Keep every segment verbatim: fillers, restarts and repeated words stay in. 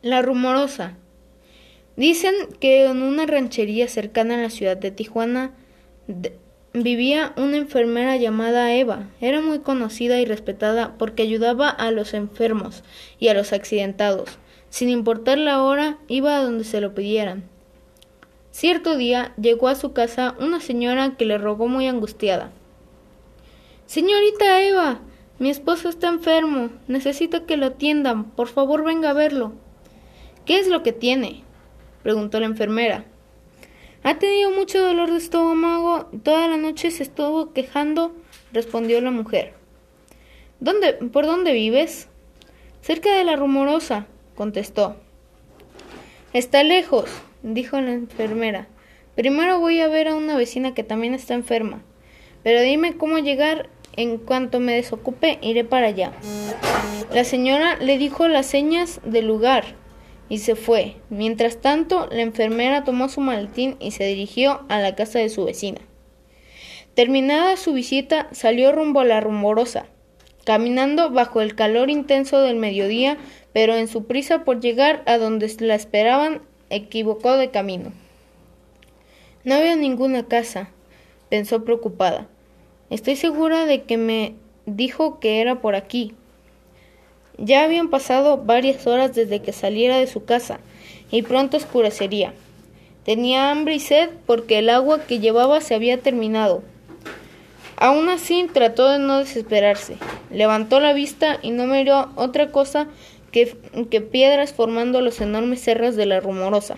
La Rumorosa. Dicen que en una ranchería cercana a la ciudad de Tijuana de, vivía una enfermera llamada Eva. Era muy conocida y respetada porque ayudaba a los enfermos y a los accidentados. Sin importar la hora, iba a donde se lo pidieran. Cierto día llegó a su casa una señora que le rogó muy angustiada: «Señorita Eva, mi esposo está enfermo, necesito que lo atiendan, por favor venga a verlo». «¿Qué es lo que tiene?», preguntó la enfermera. «Ha tenido mucho dolor de estómago, toda la noche se estuvo quejando», respondió la mujer. «¿Dónde, por dónde vives?» «Cerca de La Rumorosa», contestó. «Está lejos», dijo la enfermera. «Primero voy a ver a una vecina que también está enferma, pero dime cómo llegar. En cuanto me desocupe, iré para allá». La señora le dijo las señas del lugar y se fue. Mientras tanto, la enfermera tomó su maletín y se dirigió a la casa de su vecina. Terminada su visita, salió rumbo a La Rumorosa, caminando bajo el calor intenso del mediodía, pero en su prisa por llegar a donde la esperaban, equivocó de camino. No había ninguna casa, pensó preocupada. Estoy segura de que me dijo que era por aquí. Ya habían pasado varias horas desde que saliera de su casa, y pronto oscurecería. Tenía hambre y sed porque el agua que llevaba se había terminado. Aún así trató de no desesperarse. Levantó la vista y no miró otra cosa que, que piedras formando los enormes cerros de La Rumorosa.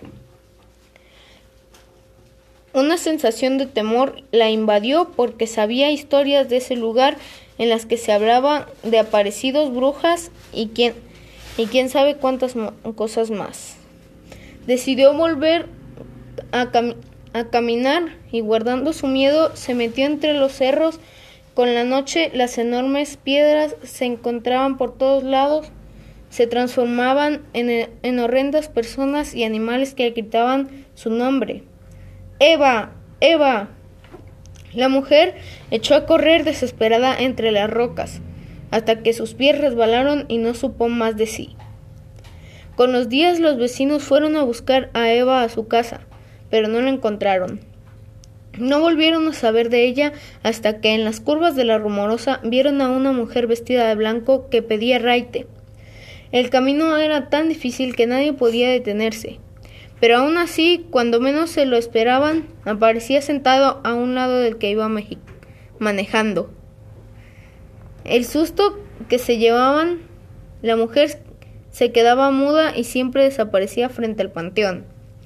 Una sensación de temor la invadió porque sabía historias de ese lugar en las que se hablaba de aparecidos, brujas y quién, y quién sabe cuántas cosas más. Decidió volver a, cam- a caminar y, guardando su miedo, se metió entre los cerros. Con la noche las enormes piedras se encontraban por todos lados, se transformaban en, en horrendas personas y animales que gritaban su nombre. «¡Eva! ¡Eva!». La mujer echó a correr desesperada entre las rocas, hasta que sus pies resbalaron y no supo más de sí. Con los días los vecinos fueron a buscar a Eva a su casa, pero no la encontraron. No volvieron a saber de ella hasta que en las curvas de La Rumorosa vieron a una mujer vestida de blanco que pedía raite. El camino era tan difícil que nadie podía detenerse. Pero aún así, cuando menos se lo esperaban, aparecía sentado a un lado del que iba manejando. El susto que se llevaban, la mujer se quedaba muda y siempre desaparecía frente al panteón.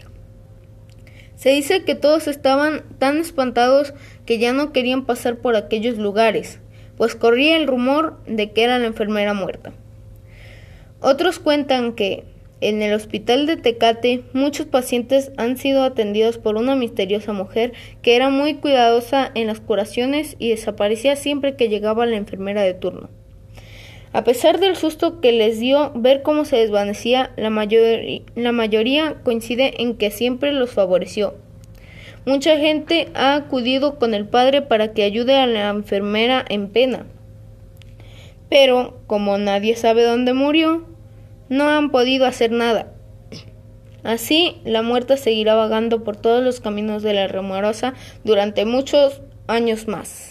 Se dice que todos estaban tan espantados que ya no querían pasar por aquellos lugares, pues corría el rumor de que era la enfermera muerta. Otros cuentan que en el hospital de Tecate, muchos pacientes han sido atendidos por una misteriosa mujer que era muy cuidadosa en las curaciones y desaparecía siempre que llegaba la enfermera de turno. A pesar del susto que les dio ver cómo se desvanecía, la, mayor, la mayoría coincide en que siempre los favoreció. Mucha gente ha acudido con el padre para que ayude a la enfermera en pena. Pero, como nadie sabe dónde murió, no han podido hacer nada. Así, la muerta seguirá vagando por todos los caminos de La Rumorosa durante muchos años más.